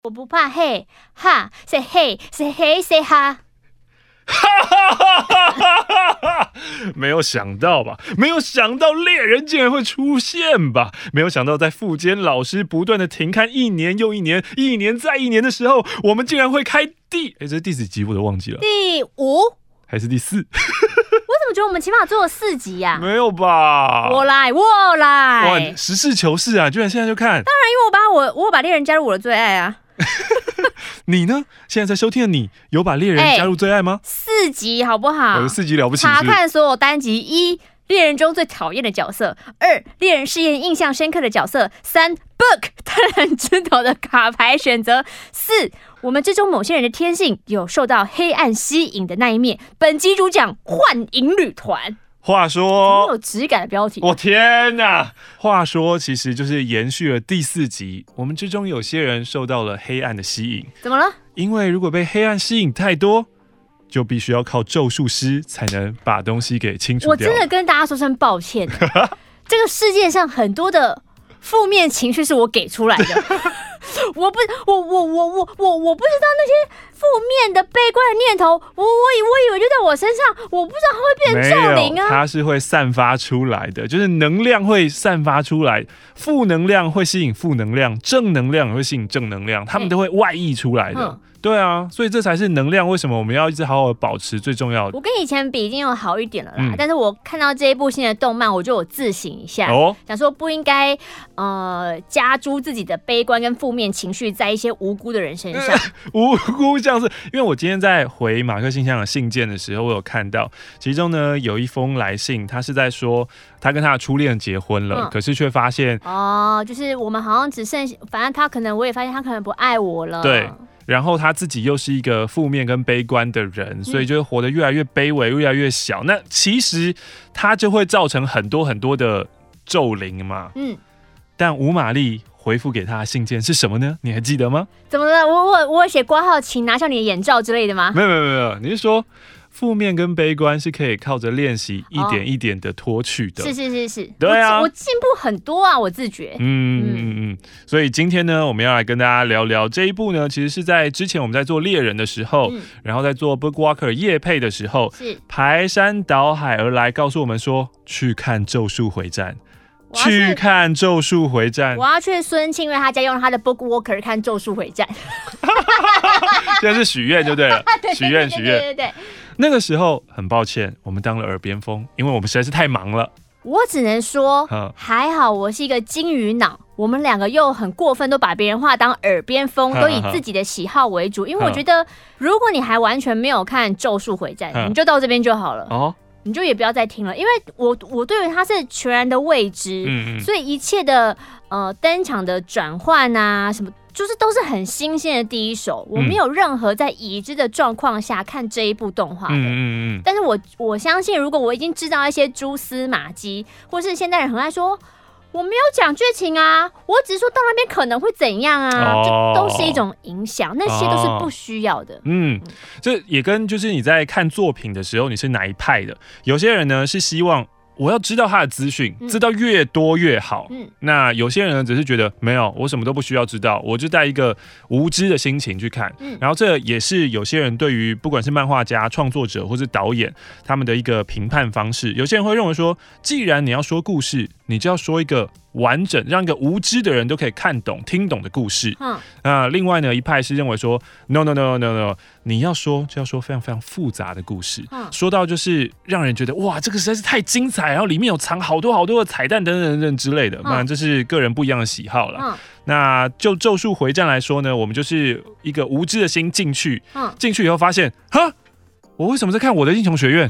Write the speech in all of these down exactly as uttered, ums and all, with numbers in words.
我不怕黑哈，是黑是黑是哈。 哈哈哈哈哈哈！没有想到吧？没有想到猎人竟然会出现吧？没有想到在复监老师不断的停刊一年又一年，一年再一年的时候，我们竟然会开第……哎，这是第几集我都忘记了。 第五还是第四？ 我怎么觉得我们起码做了四集呀、啊？ 没有吧？ 我来，我来！ 哇，实事求是啊！居然现在就看。当然， 因为我把我我有把猎人加入我的最爱啊。 你呢？现在在收听的你有把猎人加入最爱吗？ 欸、四集好不好？ 有四集了不起。 查看所有单集：一、猎人中最讨厌的角色；二、猎人试验印象深刻的角色；三、book 贪婪之头的卡牌选择；四、我们之中某些人的天性有受到黑暗吸引的那一面。本集主讲幻影旅团。 话说， 有质感的标题。 我天哪！话说，其实就是延续了第四集。我们之中有些人受到了黑暗的吸引， 怎么了？ 因为如果被黑暗吸引太多，就必须要靠咒术师才能把东西给清除掉。 我真的跟大家说声抱歉，这个世界上很多的负面情绪是我给出来的。我不，我我我我我我不知道那些负面的、悲观的念头，我我以我以为就在我身上，我不知道它会变成咒灵啊。 它是会散发出来的，就是能量会散发出来，负能量会吸引负能量，正能量也会吸引正能量，它们都会外溢出来的。嗯对啊，所以这才是能量。为什么我们要一直好好的保持最重要的？ 我跟以前比已经有好一点了啦，嗯、但是我看到这一部新的动漫，我就有自省一下，哦、想说不应该呃加诸自己的悲观跟负面情绪在一些无辜的人身上。 无辜像是，因为我今天在回马克信箱的信件的时候，我有看到其中呢有一封来信，他是在说他跟他的初恋结婚了，嗯、可是却发现哦，就是我们好像只剩，反正他可能我也发现他可能不爱我了。 对。然后他自己又是一个负面跟悲观的人，所以就活得越来越卑微，越来越小。那其实他就会造成很多很多的咒灵嘛。嗯。但吴玛丽回复给他的信件是什么呢？你还记得吗？ 怎么了？我我我写挂号，请拿下你的眼罩之类的吗？ 没有没有没有，你是说负面跟悲观是可以靠着练习一点一点的脱去的。哦、 是是是是， 对啊， 我进步很多啊，我自觉。 嗯嗯嗯。所以今天呢，我们要来跟大家聊聊这一部呢，其实是在之前我们在做猎人的时候，嗯、然后在做 Bookwalker 业配的时候，是排山倒海而来，告诉我们说去看《咒术回战》。去看《咒术回战》， 我要去孙庆月他家用他的 Bookwalker 看《咒术回战》。 现在是许愿就对了，许愿许愿。 对对对。 那个时候很抱歉，我们当了耳边风，因为我们实在是太忙了。 我只能说，还好我是一个金鱼脑，我们两个又很过分，都把别人话当耳边风，都以自己的喜好为主。因为我觉得，如果你还完全没有看《咒术回战》，你就到这边就好了。哦。你就也不要再听了，因为我我对于它是全然的未知，嗯嗯所以一切的呃登场的转换啊什么，就是都是很新鲜的第一手，我没有任何在已知的状况下看这一部动画的。嗯嗯嗯但是我我相信，如果我已经知道一些蛛丝马迹，或是现代人很爱说。我没有讲剧情啊，我只是说到那边可能会怎样啊，哦、这都是一种影响，那些都是不需要的。 嗯，这也跟就是你在看作品的时候，你是哪一派的？有些人呢是希望我要知道他的资讯，知道越多越好。嗯，那有些人呢只是觉得没有，我什么都不需要知道，我就带一个无知的心情去看。嗯，然后这也是有些人对于不管是漫画家、创作者或是导演他们的一个评判方式。有些人会认为说，既然你要说故事，你就要说一个完整，让一个无知的人都可以看懂、听懂的故事。嗯，那另外呢，一派是认为说 ，no no no no no， 你要说就要说非常非常复杂的故事，嗯、说到就是让人觉得哇，这个实在是太精彩，然后里面有藏好多好多的彩蛋等等等等之类的。当然，这是个人不一样的喜好了。嗯、那就《咒术回战》来说呢，我们就是一个无知的心进去，嗯、进去以后发现，哈，我为什么在看《我的英雄学院》？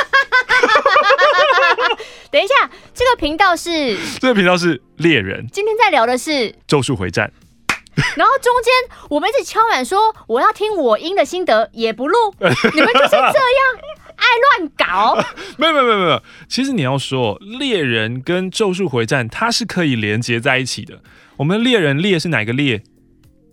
等一下，这个频道是这个频道是猎人， 今天在聊的是《 咒术回战》， 然后中间我们一直敲碗说我要听我音的心得，也不录，你们就是这样爱乱搞。 没有没有没有没有，其实你要说猎人跟《咒术回战》它是可以连接在一起的。我们猎人猎是哪个猎？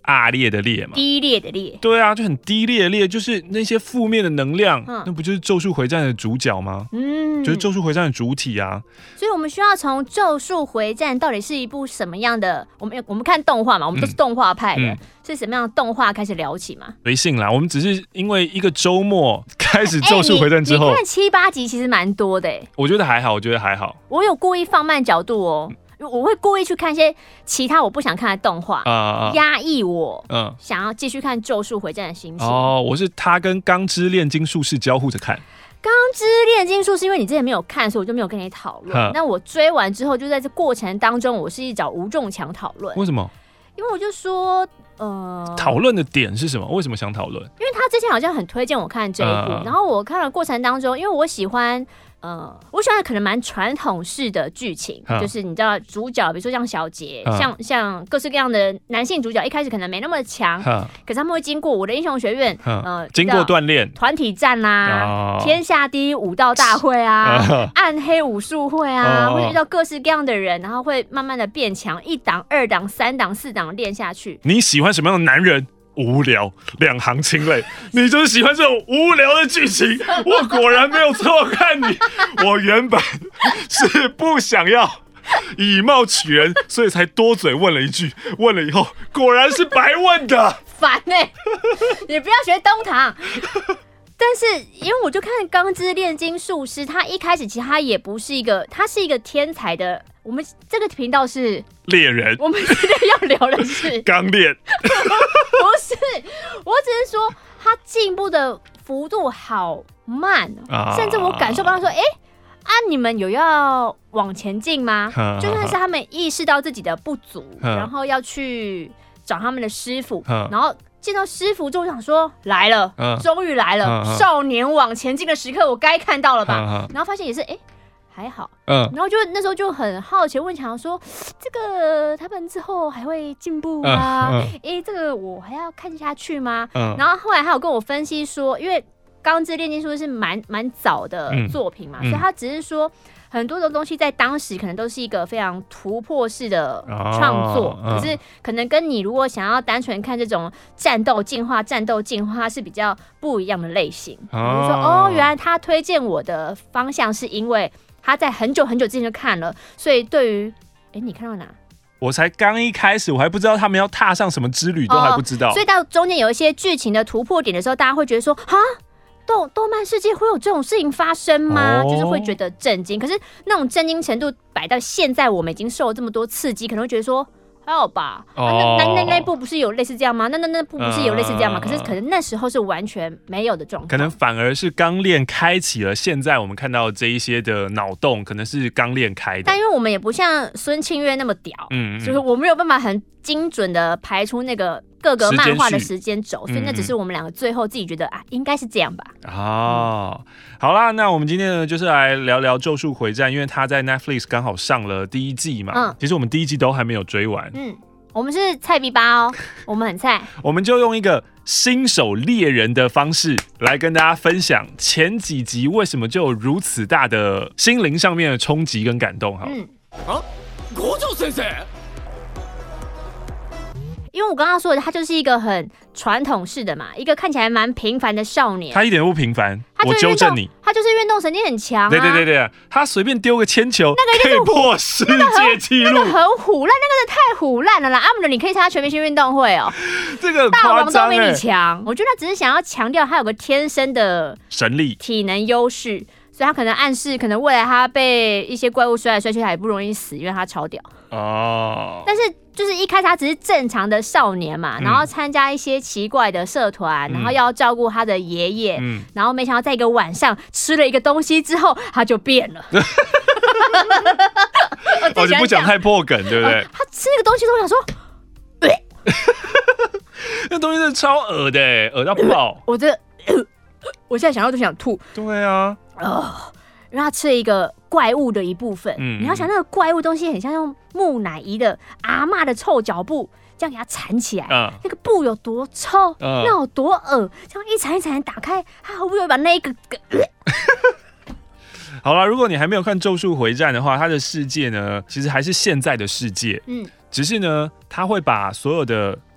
恶劣的劣嘛， 低劣的劣。 对啊，就很低劣的劣，就是那些负面的能量，嗯、那不就是《咒术回战》的主角吗？嗯，就是《咒术回战》的主体啊。 所以我们需要从《咒术回战》到底是一部什么样的？我们我们看动画嘛，我们都是动画派的，嗯嗯、是什么样的动画开始聊起嘛？ 随性啦，我们只是因为一个周末开始《咒术回战》之后， 欸、你, 你看七八集其实蛮多的哎、欸。 我觉得还好，我觉得还好。 我有故意放慢角度哦。我会故意去看一些其他我不想看的动画，压、uh, uh, 抑我、嗯、想要继续看《咒术回战》的心情。 哦，我是他跟《钢之炼金术士》交互着看。《 钢之炼金术士》因为你之前没有看，所以我就没有跟你讨论。那、uh, 我追完之后，就在这过程当中，我是一找吴仲强讨论。 为什么？ 因为我就说，呃， 讨论的点是什么？为什么想讨论？ 因为他之前好像很推荐我看这一部， uh, 然后我看的过程当中，因为我喜欢。呃，我喜欢可能蛮传统式的剧情，嗯、就是你知道主角，比如说像小杰，嗯、像像各式各样的男性主角，一开始可能没那么强，嗯、可是他们会经过我的英雄学院，嗯、呃， 经过锻炼， 团体战啦、啊，哦、天下第一武道大会啊，哦、暗黑武术会啊，哦、会遇到各式各样的人，然后会慢慢的变强，一档、二档、三档、四档练下去。 你喜欢什么样的男人？无聊，两行清泪，你就是喜欢这种无聊的剧情。我果然没有错看你，我原本是不想要以貌取人，所以才多嘴问了一句，问了以后果然是白问的， 烦哎、欸！你不要学东堂。但是因为我就看《钢之炼金术师》，他一开始其实他也不是一个，他是一个天才的。我们这个频道是猎人， 我们今天要聊的是钢炼， 不是，我只是说他进步的幅度好慢、啊、甚至我感受到他说，哎、欸，啊，你们有要往前进吗？啊、就算是他们意识到自己的不足，啊、然后要去找他们的师傅，啊、然后。见到师傅就想说来了，终于、uh, 来了， uh, uh, 少年往前进的时刻，我该看到了吧？ uh, uh, 然后发现也是，哎、欸，还好。Uh, 然后就那时候就很好奇问强说，这个他们之后还会进步吗？哎、uh, uh, 欸，这个我还要看下去吗？ uh, 然后后来还有跟我分析说，因为《钢之炼金术》是蛮蛮早的作品嘛，嗯、所以他只是说。很多的东西在当时可能都是一个非常突破式的创作，哦、可是可能跟你如果想要单纯看这种战斗进化、战斗进化是比较不一样的类型。比如说，哦，原来他推荐我的方向是因为他在很久很久之前就看了，所以对于，哎，你看到哪？ 我才刚一开始，我还不知道他们要踏上什么之旅，都还不知道。 哦、所以到中间有一些剧情的突破点的时候，大家会觉得说，哈。动动漫世界会有这种事情发生吗？ Oh. 就是会觉得震惊，可是那种震惊程度摆到现在，我们已经受了这么多刺激，可能会觉得说还好吧。Oh. 啊、那那那那部不是有类似这样吗？那那那部不是有类似这样吗？ Uh. 可是可能那时候是完全没有的状况， 可能反而是钢炼开启了现在我们看到这一些的脑洞，可能是钢炼开的。 但因为我们也不像孙庆月那么屌，嗯，就是我没有办法很精准的排出那个。各个漫画的时间轴，所以那只是我们两个最后自己觉得啊，应该是这样吧。 哦，嗯、好啦，那我们今天呢，就是来聊聊《咒术回战》，因为它在 Netflix 刚好上了第一季嘛。嗯，其实我们第一季都还没有追完。 嗯，我们是菜逼吧哦，我们很菜。 我们就用一个新手猎人的方式来跟大家分享前几集为什么就有如此大的心灵上面的冲击跟感动。好，嗯，啊， 国城先生。因为我刚刚说的，他就是一个很传统式的嘛，一个看起来蛮平凡的少年。 他一点都不平凡，我纠正你， 他就是运动神经很强、啊。 对对对对，他随便丢个铅球，那个可以破世界纪录， 那个很唬烂，那个太唬烂了啦！阿姆的，你可以参加全明星运动会哦， 这个很大王都比你强。我觉得他只是想要强调他有个天生的神力、 体能优势，所以他可能暗示，可能未来他被一些怪物摔来摔去，他也不容易死，因为他超屌哦。但是。就是一开始他只是正常的少年嘛，嗯、然后参加一些奇怪的社团，嗯、然后要照顾他的爷爷，嗯、然后没想到在一个晚上吃了一个东西之后，他就变了。 我就不讲太破梗，对不对？呃、 他吃那个东西之后，我想说， 那东西真的超恶的，恶到爆！ 我这、呃，我现在想到就想吐。 对啊， 呃因为他吃了一个怪物的一部分，嗯、你要想那个怪物东西很像用木乃伊的阿嬷的臭脚布这样给它缠起来，嗯、那个布有多臭，嗯、那有多恶，这样一缠一缠打开，它会不会把那一个？ 好了，如果你还没有看《咒术回战》的话，它的世界呢，其实还是现在的世界，嗯，只是呢，它会把所有的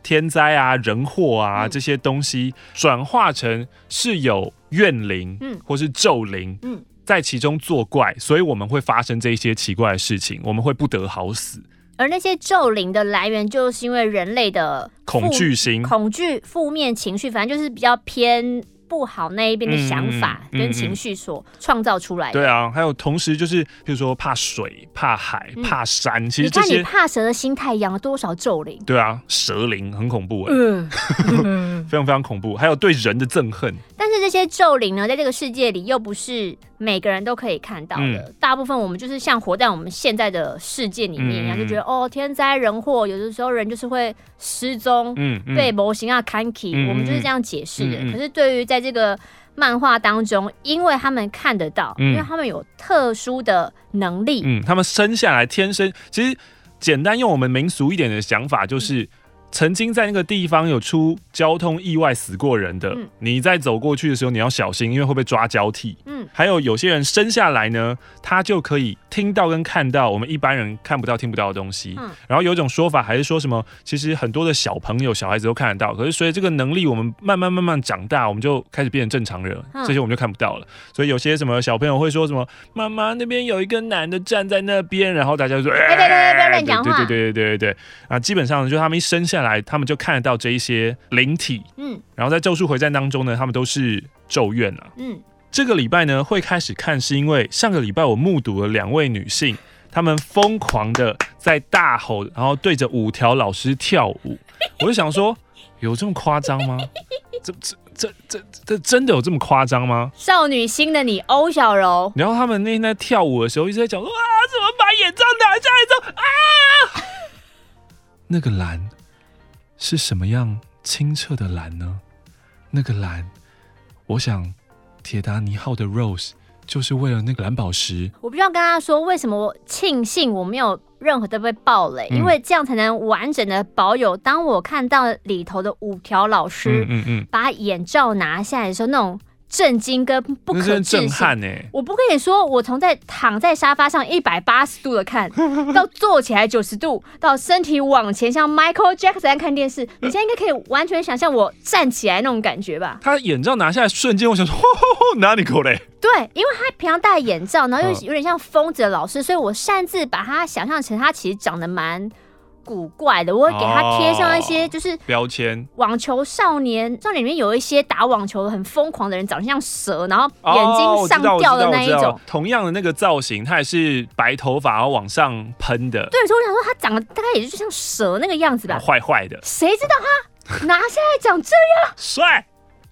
天灾啊、人祸啊、嗯、这些东西转化成是有怨灵，嗯，或是咒灵，嗯，在其中作怪，所以我们会发生这些奇怪的事情，我们会不得好死。 而那些咒灵的来源，就是因为人类的恐惧心、 恐惧、负面情绪，反正就是比较偏不好那一边的想法跟情绪所创造出来的。 对啊，还有同时就是，比如说怕水、怕海、嗯、怕山，其实这些你看你怕蛇的心态养了多少咒灵？ 对啊，蛇灵很恐怖哎、欸，嗯、非常非常恐怖。还有对人的憎恨。 但是这些咒灵呢，在这个世界里又不是每个人都可以看到的。嗯、大部分我们就是像活在我们现在的世界里面一样，嗯、就觉得哦，天灾人祸，有的时候人就是会失踪，嗯嗯、被魔形啊看起，嗯、我们就是这样解释的。嗯嗯、可是对于在这个漫画当中，因为他们看得到，嗯、因为他们有特殊的能力， 嗯，他们生下来天生，其实简单用我们民俗一点的想法就是。嗯曾经在那个地方有出交通意外死过人的，嗯、你在走过去的时候你要小心，因为会被抓交替。嗯，还有有些人生下来呢，他就可以听到跟看到我们一般人看不到、听不到的东西。嗯，然后有一种说法还是说什么，其实很多的小朋友、小孩子都看得到，可是随着这个能力，我们慢慢慢慢长大，我们就开始变成正常人，嗯、这些我们就看不到了。所以有些什么小朋友会说什么，妈妈那边有一个男的站在那边，然后大家就说，哎， 对对对，不要乱讲话。 对对对对对对啊，基本上就他们一生下来，他们就看得到这一些灵体，嗯，然后在咒术回战当中呢，他们都是咒怨啊，嗯，这个礼拜呢会开始看，是因为上个礼拜我目睹了两位女性，她们疯狂的在大吼，然后对着五条老师跳舞，我就想说，有这么夸张吗？这这这这这真的有这么夸张吗？ 少女心的你，欧小柔， 然后他们那天在跳舞的时候一直在讲说，啊，怎么把眼罩拿下来之后啊，那个蓝。是什么样清澈的蓝呢？那个蓝，我想铁达尼号的 Rose 就是为了那个蓝宝石。 我必须要跟他说，为什么我庆幸我没有任何的被爆雷，嗯、因为这样才能完整的保有。当我看到里头的五条老师，嗯嗯嗯、把眼罩拿下来的时候，那种震惊跟不可置信， 震撼欸！ 我不跟你说，我从在躺在沙发上一百八十度的看，到坐起来九十度，到身体往前像 Michael Jackson 在看电视，你现在应该可以完全想象我站起来那种感觉吧？ 他眼罩拿下来瞬间，我想说，哪里口嘞？ 对，因为他平常戴眼罩，然后又有点像疯子的老师，所以我擅自把他想象成他其实长得蛮古怪的，我会给他贴上一些就是标签。 网球少年，少年里面有一些打网球很疯狂的人，长得像蛇，然后眼睛上吊的那一种。 同样的那个造型，他也是白头发，然后往上喷的。 对，所以我想说，他长得大概也就像蛇那个样子吧， 坏坏的。 谁知道他拿下来长这样， 帅。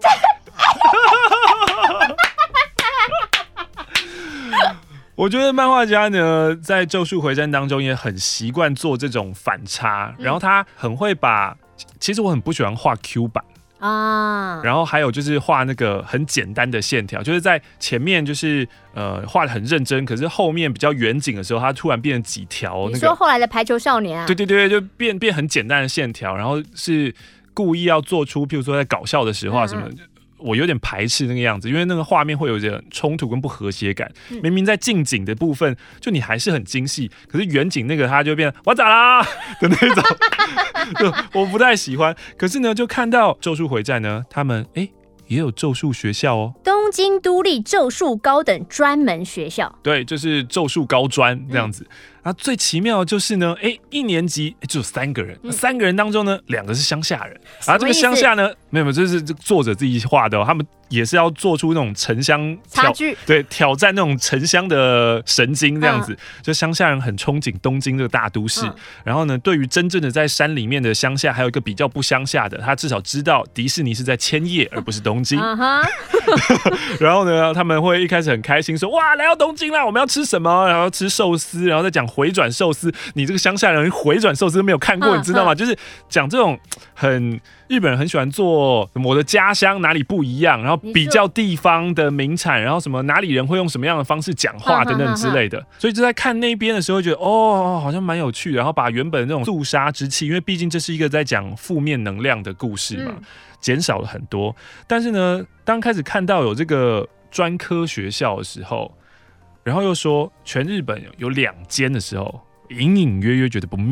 我觉得漫画家呢，在《咒术回战》当中也很习惯做这种反差，嗯、然后他很会把，其实我很不喜欢画 Q 版啊，然后还有就是画那个很简单的线条，就是在前面就是呃画得很认真，可是后面比较远景的时候，它突然变成几条、那個。 你说后来的排球少年啊？ 对对对，就变变很简单的线条，然后是故意要做出，譬如说在搞笑的时候啊什么的。嗯嗯我有点排斥那个样子，因为那个画面会有点冲突跟不和谐感。嗯、明明在近景的部分，就你还是很精细，可是远景那个它就变我咋啦的那种，就我不太喜欢。可是呢，就看到《咒术回战》呢，他们哎、欸、也有咒术学校哦， 东京都立咒术高等专门学校， 对，就是咒术高专这样子。嗯啊，最奇妙的就是呢，哎，一年级只有三个人，嗯、三个人当中呢，两个是乡下人，然后这个乡下呢，没有没有，这是作者自己画的、哦，他们也是要做出那种城乡差距， 对，挑战那种城乡的神经这样子，嗯、就乡下人很憧憬东京这个大都市，嗯、然后呢，对于真正的在山里面的乡下，还有一个比较不乡下的，他至少知道迪士尼是在千叶而不是东京，嗯、然后呢，他们会一开始很开心说，哇，来到东京啦，我们要吃什么？然后吃寿司，然后再讲回转寿司，你这个乡下人回转寿司都没有看过，嗯、你知道吗？嗯、就是讲这种很日本人很喜欢做我的家乡哪里不一样，然后比较地方的名产，然后什么哪里人会用什么样的方式讲话等等之类的，所以就在看那边的时候觉得哦，好像蛮有趣的，然后把原本那种肃杀之气，因为毕竟这是一个在讲负面能量的故事嘛，减、嗯、少了很多。但是呢，当开始看到有这个专科学校的时候，然后又说全日本有两间的时候，隐隐约约觉得不妙。 为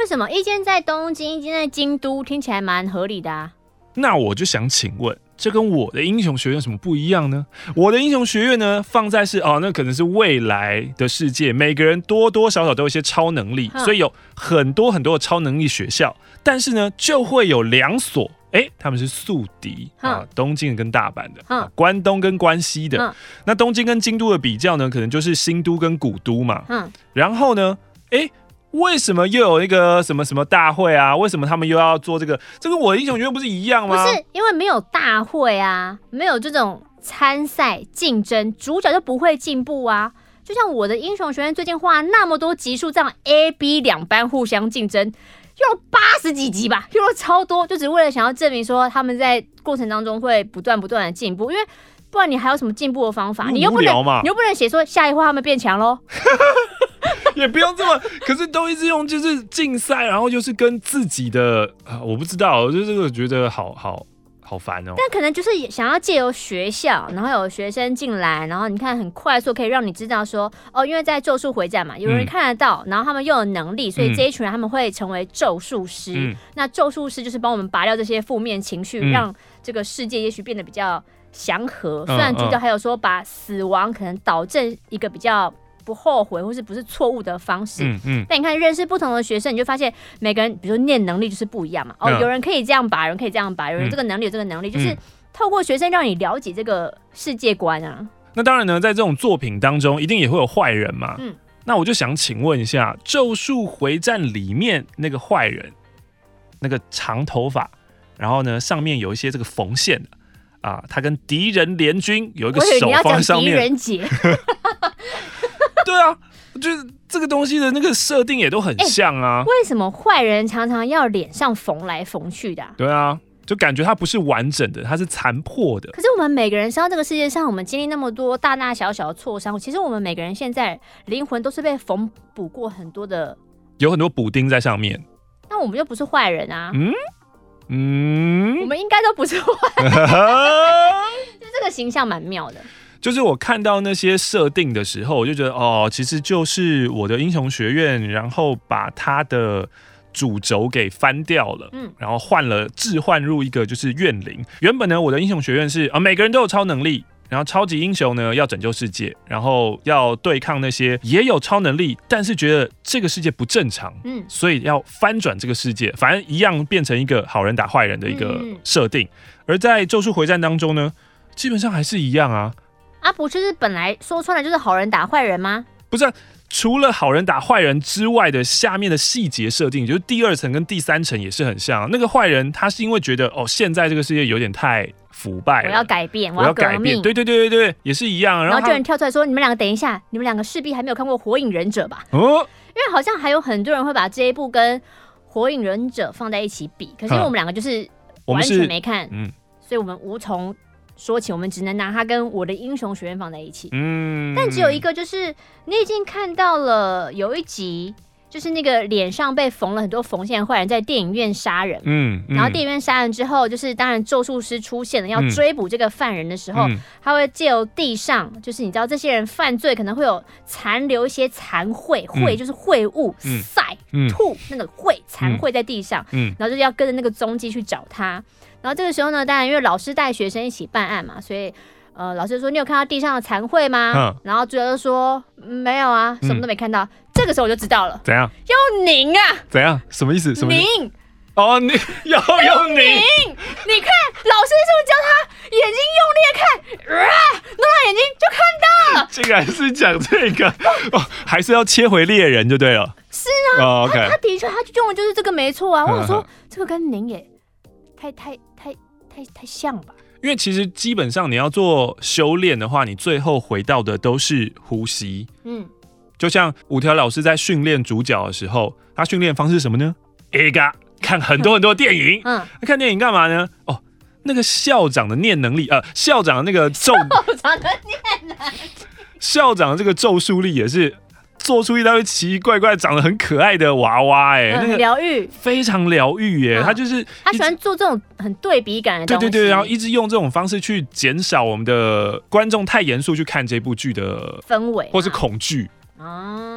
什么？一间在东京，一间在京都，听起来蛮合理的啊。 那我就想请问，这跟我的英雄学院有什么不一样呢？我的英雄学院呢，放在是哦，那可能是未来的世界，每个人多多少少都有一些超能力，所以有很多很多的超能力学校，但是呢，就会有两所。哎，他们是宿敌啊，东京跟大阪的，啊、关东跟关西的。那东京跟京都的比较呢，可能就是新都跟古都嘛。嗯，然后呢，哎，为什么又有那个什么什么大会啊？为什么他们又要做这个？这跟我的英雄学院不是一样吗？ 不是，因为没有大会啊，没有这种参赛竞争，主角就不会进步啊。就像我的英雄学院最近花那么多集数，这样 A、B 两班互相竞争。用了八十几集吧，用了超多，就只为了想要证明说他们在过程当中会不断不断的进步，因为不然你还有什么进步的方法？你又不能，你又不能写说下一话他们变强喽， 也不用这么，可是都一直用就是竞赛，然后就是跟自己的啊，我不知道，我就这个觉得好好。好烦哦！ 但可能就是想要借由学校，然后有学生进来，然后你看很快速可以让你知道说，哦，因为在咒术回战嘛，有人看得到，嗯、然后他们又有能力，所以这一群人他们会成为咒术师。嗯、那咒术师就是帮我们拔掉这些负面情绪，嗯、让这个世界也许变得比较祥和。嗯、虽然主角还有说把死亡可能导正一个比较。不后悔或是不是错误的方式，嗯嗯，但你看认识不同的学生，你就发现每个人，比如说念能力就是不一样嘛。哦，嗯、有人可以这样拔，有人可以这样拔，有人这个能力有这个能力，嗯、就是透过学生让你了解这个世界观啊。 那当然呢，在这种作品当中，一定也会有坏人嘛。嗯，那我就想请问一下，《咒术回战》里面那个坏人，那个长头发，然后呢上面有一些这个缝线的啊，他跟敌人联军有一个手放在上面。 我以为你要讲敌人节。 对啊，就是这个东西的那个设定也都很像啊。 为什么坏人常常要脸上缝来缝去的、啊？ 对啊，就感觉它不是完整的，它是残破的。 可是我们每个人生到这个世界上，我们经历那么多大大小小的挫伤，其实我们每个人现在灵魂都是被缝补过很多的， 有很多补丁在上面。 那我们就不是坏人啊。 嗯嗯， 我们应该都不是坏人。就这个形象蛮妙的。 就是我看到那些设定的时候，我就觉得哦，其实就是我的英雄学院，然后把它的主轴给翻掉了，嗯，然后换了置换入一个就是怨灵。原本呢，我的英雄学院是啊、呃，每个人都有超能力，然后超级英雄呢要拯救世界，然后要对抗那些也有超能力，但是觉得这个世界不正常，嗯，所以要翻转这个世界，反正一样变成一个好人打坏人的一个设定。而在咒术回战当中呢，基本上还是一样啊。 啊，不就是本来说穿了就是好人打坏人吗？ 不是、啊，除了好人打坏人之外的下面的细节设定，就是第二层跟第三层也是很像、啊。那个坏人他是因为觉得哦，现在这个世界有点太腐败了， 我要改变，我要革命， 对对对对对，也是一样。 然后就有人跳出来说：“你们两个等一下，你们两个势必还没有看过《火影忍者》吧？”哦，因为好像还有很多人会把这一部跟《火影忍者》放在一起比，可是因为我们两个就是完全没看，嗯，所以我们无从说起，我们只能拿它跟我的英雄学院放在一起。嗯，但只有一个，就是你已经看到了有一集，就是那个脸上被缝了很多缝线的坏人在电影院杀人。嗯，嗯然后电影院杀人之后，就是当然咒术师出现了，要追捕这个犯人的时候，嗯、他会借由地上，就是你知道这些人犯罪可能会有残留一些残秽，秽、嗯、就是秽物，晒、嗯、吐那个秽残秽在地上，嗯、然后就是要跟着那个踪迹去找他。然后这个时候呢，当然因为老师带学生一起办案嘛，所以呃，老师说你有看到地上的残秽吗？嗯、然后主角就说、嗯、没有啊，什么都没看到。嗯、这个时候我就知道了， 怎样？ 要拧啊！ 怎样？什么意思？什么意思？ 拧哦，你要用拧。 你看，老师是不是教他眼睛用力看，啊，弄到眼睛就看到了？ 竟然是讲这个哦，还是要切回猎人就对了。 是啊，哦 okay、他, 他的确他用的就是这个没错啊。我想说，这个跟拧也太太太太太像吧？ 因为其实基本上你要做修炼的话，你最后回到的都是呼吸。嗯，就像五条老师在训练主角的时候，他训练方式是什么呢？一个看很多很多电影。嗯，看电影干嘛呢？哦，那个校长的念能力，呃，校长的那个咒， 校长的念能力， 校长的这个咒术力也是。做出一大堆奇奇怪怪、长得很可爱的娃娃、欸，哎、嗯， 那个疗愈， 非常疗愈耶。他就是他喜欢做这种很对比感的东西， 对对对，然后一直用这种方式去减少我们的观众太严肃去看这部剧的氛围， 或是恐惧。哦，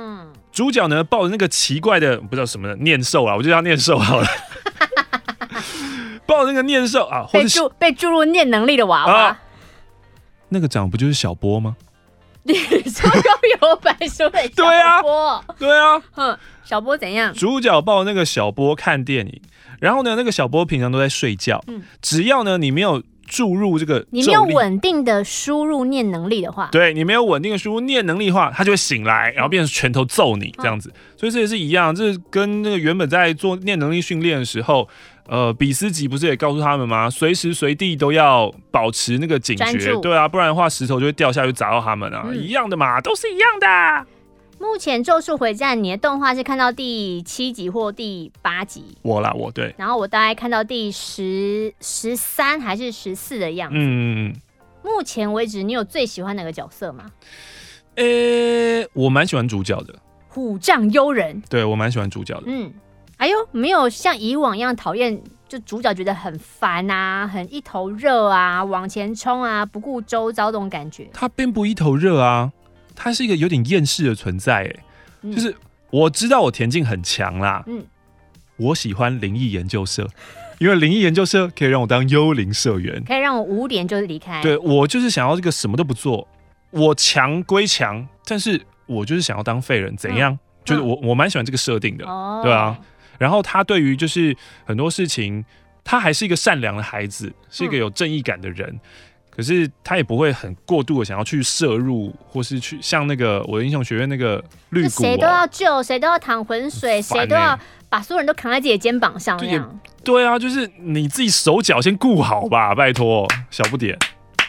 主角呢抱着那个奇怪的不知道什么的念兽啊，我就叫他念兽好了。抱着那个念兽啊，或被注被注入念能力的娃娃，啊、 那个长不就是小波吗？ 你说悠悠白书的小波？ 对啊， 嗯，小波怎样？ 主角抱那个小波看电影，然后呢，那个小波平常都在睡觉，嗯，只要呢你没有注入这个， 你没有稳定的输入念能力的话， 对你没有稳定的输入念能力的话，他就会醒来，然后变成拳头揍你这样子。嗯、所以这也是一样，这跟那个原本在做念能力训练的时候。呃，比斯吉不是也告诉他们吗？随时随地都要保持那个警觉，对啊，不然的话石头就会掉下去砸到他们啊，嗯、一样的嘛，都是一样的。 目前《咒术回战》你的动画是看到第七集或第八集？ 我啦，我对。 然后我大概看到第十、十三还是十四的样子。嗯，目前为止，你有最喜欢哪个角色吗？ 呃、欸，我蛮喜欢主角的， 虎杖悠仁。 对，我蛮喜欢主角的。 嗯。哎呦，没有像以往一样讨厌，就主角觉得很烦啊，很一头热啊，往前冲啊，不顾周遭这种感觉。 他并不一头热啊，他是一个有点厌世的存在，哎、嗯，就是我知道我田径很强啦，嗯，我喜欢灵异研究社，因为灵异研究社可以让我当幽灵社员， 可以让我五点就离开。 对，我就是想要这个什么都不做，我强归强，但是我就是想要当废人，怎样？嗯、就是我我蛮喜欢这个设定的，哦、对啊。然后他对于就是很多事情，他还是一个善良的孩子，是一个有正义感的人。嗯、可是他也不会很过度的想要去摄入，或是去像那个我的英雄学院那个绿谷、哦， 谁都要救，谁都要淌浑水，谁、欸、都要把所有人都扛在自己的肩膀上那样。 对啊，就是你自己手脚先顾好吧，拜托，小不点。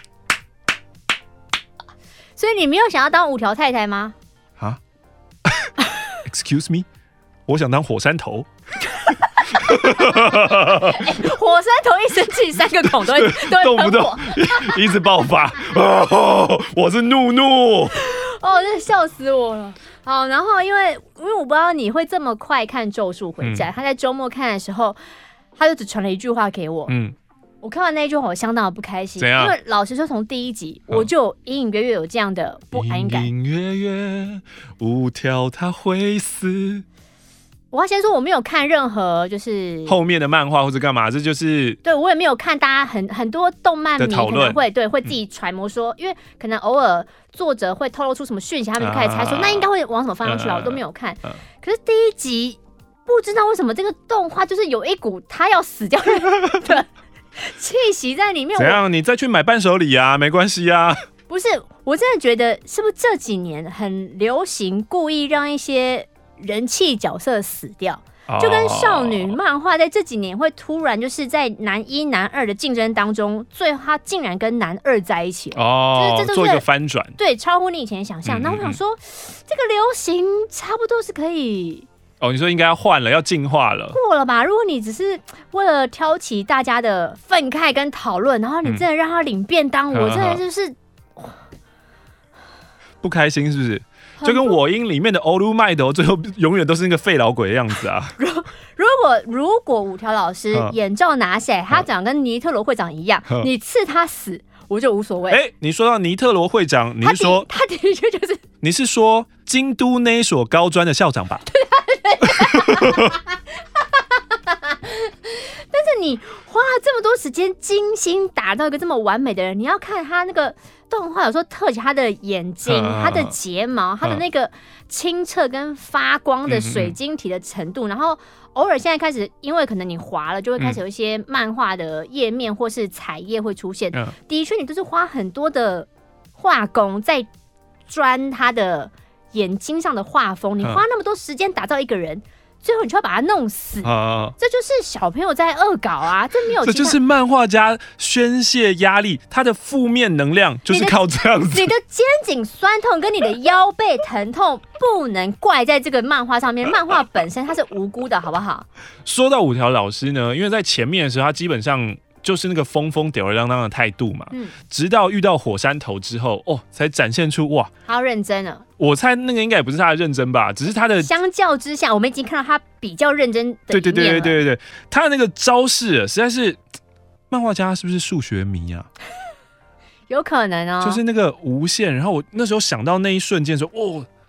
所以你没有想要当五条太太吗？ 啊 ？Excuse me， 我想当火山头。 欸、火山头一生气，三个孔都会都会动不动一直爆发、哦。我是怒怒， 哦，真的笑死我了。好，然后因为因为我不知道你会这么快看《咒术回战》，嗯，他在周末看的时候，他就只传了一句话给我。嗯，我看完那一句话，我相当的不开心，因为老实说，从第一集我就隐隐约约有这样的不安感。 隐隐约约，五条他会死。 我要先说，我没有看任何就是后面的漫画或者干嘛，这就是对我也没有看。大家很很多动漫迷可能会对会自己揣摩说，嗯、因为可能偶尔作者会透露出什么讯息，他们就开始猜说，啊、那应该会往什么方向去啊，我都没有看。啊、可是第一集不知道为什么这个动画就是有一股他要死掉的气息在里面。 怎样？你再去买伴手礼啊，没关系啊。 不是，我真的觉得是不是这几年很流行故意让一些人气角色死掉，就跟少女漫画在这几年会突然就是在男一男二的竞争当中，最后他竟然跟男二在一起了， 哦，就是这做一个翻转， 对，超乎你以前的想象。那、嗯嗯嗯、我想说，这个流行差不多是可以。 哦，你说应该要换了，要进化了， 过了吧？如果你只是为了挑起大家的愤慨跟讨论，然后你真的让他领便当，嗯、我真的就是、嗯、 不开心，是不是？就跟我音里面的欧鲁麦斗最后永远都是那个废老鬼的样子啊！ 如如果如果五条老师眼罩拿下来，他长跟尼特罗会长一样，你刺他死，我就无所谓。 哎、欸，你说到尼特罗会长，你是说他的确就是？ 你是说京都那所高专的校长吧？ 但是你花了这么多时间精心打造一个这么完美的人，你要看他那个动画，有时候特写他的眼睛、他的睫毛、他的那个清澈跟发光的水晶体的程度，然后偶尔现在开始，因为可能你滑了，就会开始有一些漫画的页面或是彩页会出现。的确，你都是花很多的画工在钻他的眼睛上的画风，你花那么多时间打造一个人。最后你就要把它弄死，啊、这就是小朋友在恶搞啊！这没有， 这就是漫画家宣泄压力，他的负面能量就是靠这样子。 你的, 你的肩颈酸痛跟你的腰背疼痛不能怪在这个漫画上面，漫画本身它是无辜的，好不好？ 说到五条老师呢，因为在前面的时候，他基本上就是那个疯疯吊儿郎当的态度嘛，嗯，直到遇到火山头之后，哦，才展现出哇， 他要认真了。 我猜那个应该也不是他的认真吧，只是他的相较之下，我们已经看到他比较认真的一面了。 对对对对对对，他的那个招式实在是，漫画家是不是数学迷啊？ 有可能哦， 就是那个无限。然后我那时候想到那一瞬间说，哦，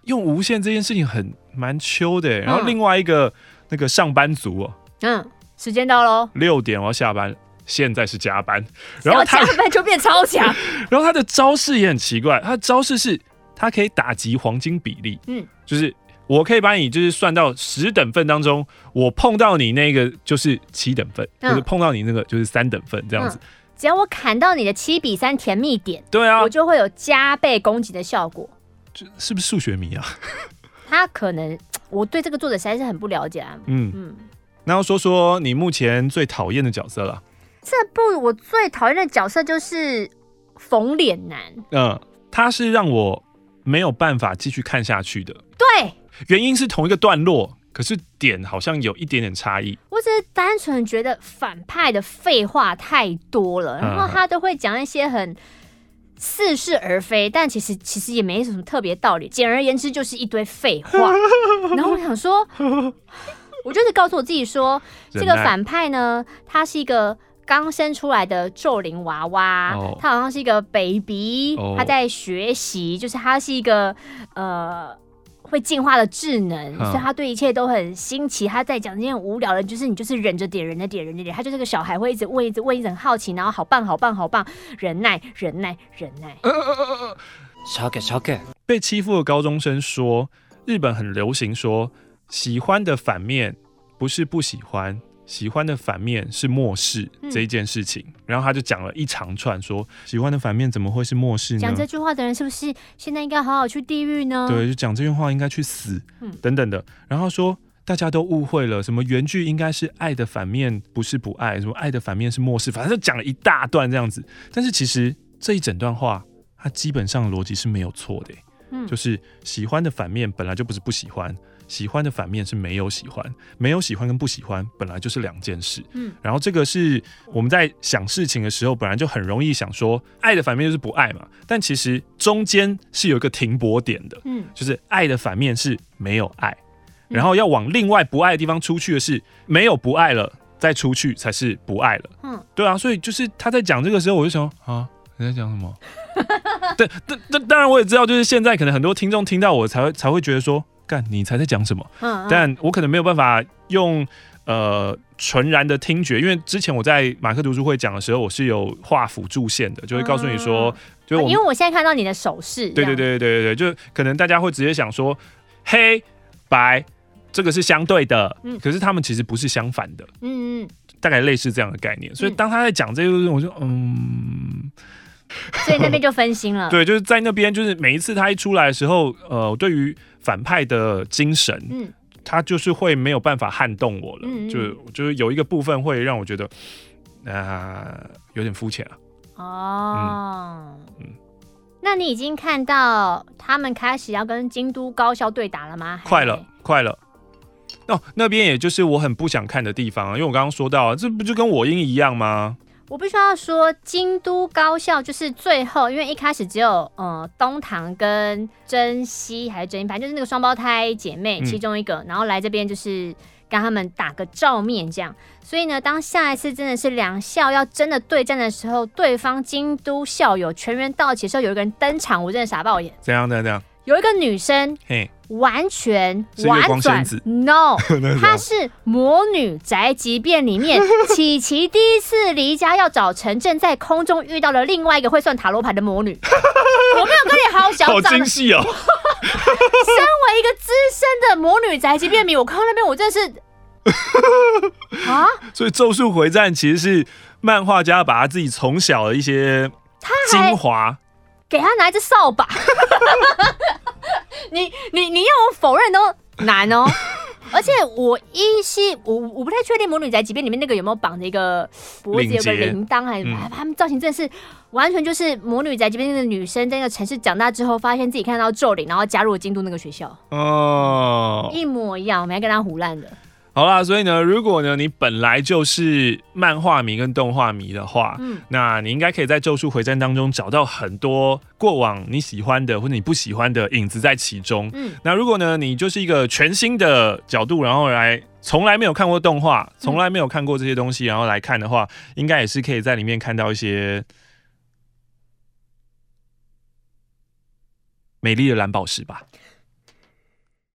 用无限这件事情很蛮秋的。然后另外一个、嗯、那个上班族哦， 嗯，时间到喽， 六点我要下班，现在是加班，然后他加班就变超强。 然后他的招式也很奇怪，他的招式是他可以打击黄金比例，嗯，就是我可以把你就是算到十等份当中，我碰到你那个就是七等份，嗯、或者碰到你那个就是三等份这样子。嗯， 只要我砍到你的七比三甜蜜点， 对啊， 我就会有加倍攻击的效果。 是不是数学迷啊？ 他可能，我对这个作者实在是很不了解啊。嗯嗯， 那要说说你目前最讨厌的角色了。 这部我最讨厌的角色就是缝脸男。 嗯，他是让我没有办法继续看下去的。 对， 原因是同一个段落。可是点好像有一点点差异， 我只是单纯觉得反派的废话太多了，然后他都会讲一些很似是而非，但其实其实也没什么特别道理。简而言之，就是一堆废话。然后我想说，我就是告诉我自己说，这个反派呢，他是一个刚生出来的咒灵娃娃，哦、他好像是一个 baby，、哦、他在学习，就是他是一个呃。会进化的智能，所以他对一切都很新奇。他在讲这些很无聊的，就是你就是忍着点，忍着点，忍着点。他就是个小孩，会一直问，一直问，一直很好奇，然后好棒，好棒，好棒，忍耐，忍耐，忍耐。 小给小给。被欺负的高中生说，日本很流行说，喜欢的反面不是不喜欢。喜欢的反面是漠视这一件事情、嗯，然后他就讲了一长串说，喜欢的反面怎么会是漠视呢？ 讲这句话的人是不是现在应该好好去地狱呢？ 对，就讲这句话应该去死、嗯，等等的。然后说大家都误会了，什么原句应该是爱的反面不是不爱，什么爱的反面是漠视，反正就讲了一大段这样子。但是其实这一整段话，它基本上的逻辑是没有错的、嗯，就是喜欢的反面本来就不是不喜欢。喜欢的反面是没有喜欢，没有喜欢跟不喜欢本来就是两件事。嗯，然后这个是我们在想事情的时候，本来就很容易想说，爱的反面就是不爱嘛。但其实中间是有一个停泊点的，嗯，就是爱的反面是没有爱，然后要往另外不爱的地方出去的是没有不爱了，再出去才是不爱了。嗯，对啊，所以就是他在讲这个时候，我就想啊，你在讲什么？对，当然我也知道，就是现在可能很多听众听到我才会才会觉得说。干，你才在讲什么？嗯嗯，但我可能没有办法用呃纯然的听觉，因为之前我在马克读书会讲的时候，我是有画辅助线的，就会告诉你说，嗯、就我、啊、 因为我现在看到你的手势， 对对对对对对，就可能大家会直接想说黑白这个是相对的、嗯，可是他们其实不是相反的，嗯嗯，大概类似这样的概念。所以当他在讲这个，我就嗯。 所以那边就分心了。 对，就是在那边，就是每一次他一出来的时候，呃，对于反派的精神，嗯，他就是会没有办法撼动我了。嗯嗯，就就是有一个部分会让我觉得，啊、呃，有点肤浅啊。 哦，嗯，嗯，那你已经看到他们开始要跟京都高校对打了吗？ 快了，快了。哦，那边也就是我很不想看的地方啊，因为我刚刚说到，这不就跟我英一样吗？ 我必须要说，京都高校就是最后，因为一开始只有呃东堂跟真希还是真一，反正就是那个双胞胎姐妹其中一个、嗯，然后来这边就是跟他们打个照面这样。所以呢，当下一次真的是两校要真的对战的时候，对方京都校友全员到齐的时候，有一个人登场，我真的傻爆眼。 怎样怎样怎样？ 有一个女生，嘿，完全婉转 ，no， 她是《魔女宅急便》里面琪琪第一次离家要找城镇，在空中遇到了另外一个会算塔罗牌的魔女。我没有跟你好小， 好精细哦。身为一个资深的《魔女宅急便》迷，我看到那边我真的是啊， 所以《咒术回战》其实是漫画家把他自己从小的一些精华。 给他拿一只扫把，你你你要我否认都难哦。而且我依稀我我不太确定《魔女宅急便》里面那个有没有绑着一个脖子有个铃铛，还是、嗯、他们造型真的是完全就是《魔女宅急便》那个女生在那个城市长大之后，发现自己看到咒灵，然后加入了京都那个学校，哦，一模一样，我们还跟他胡乱的。 好啦，所以呢，如果呢你本来就是漫画迷跟动画迷的话，嗯，那你应该可以在《咒术回战》当中找到很多过往你喜欢的或者你不喜欢的影子在其中。嗯，那如果呢你就是一个全新的角度，然后来从来没有看过动画，从来没有看过这些东西，然后来看的话，应该也是可以在里面看到一些美丽的蓝宝石吧。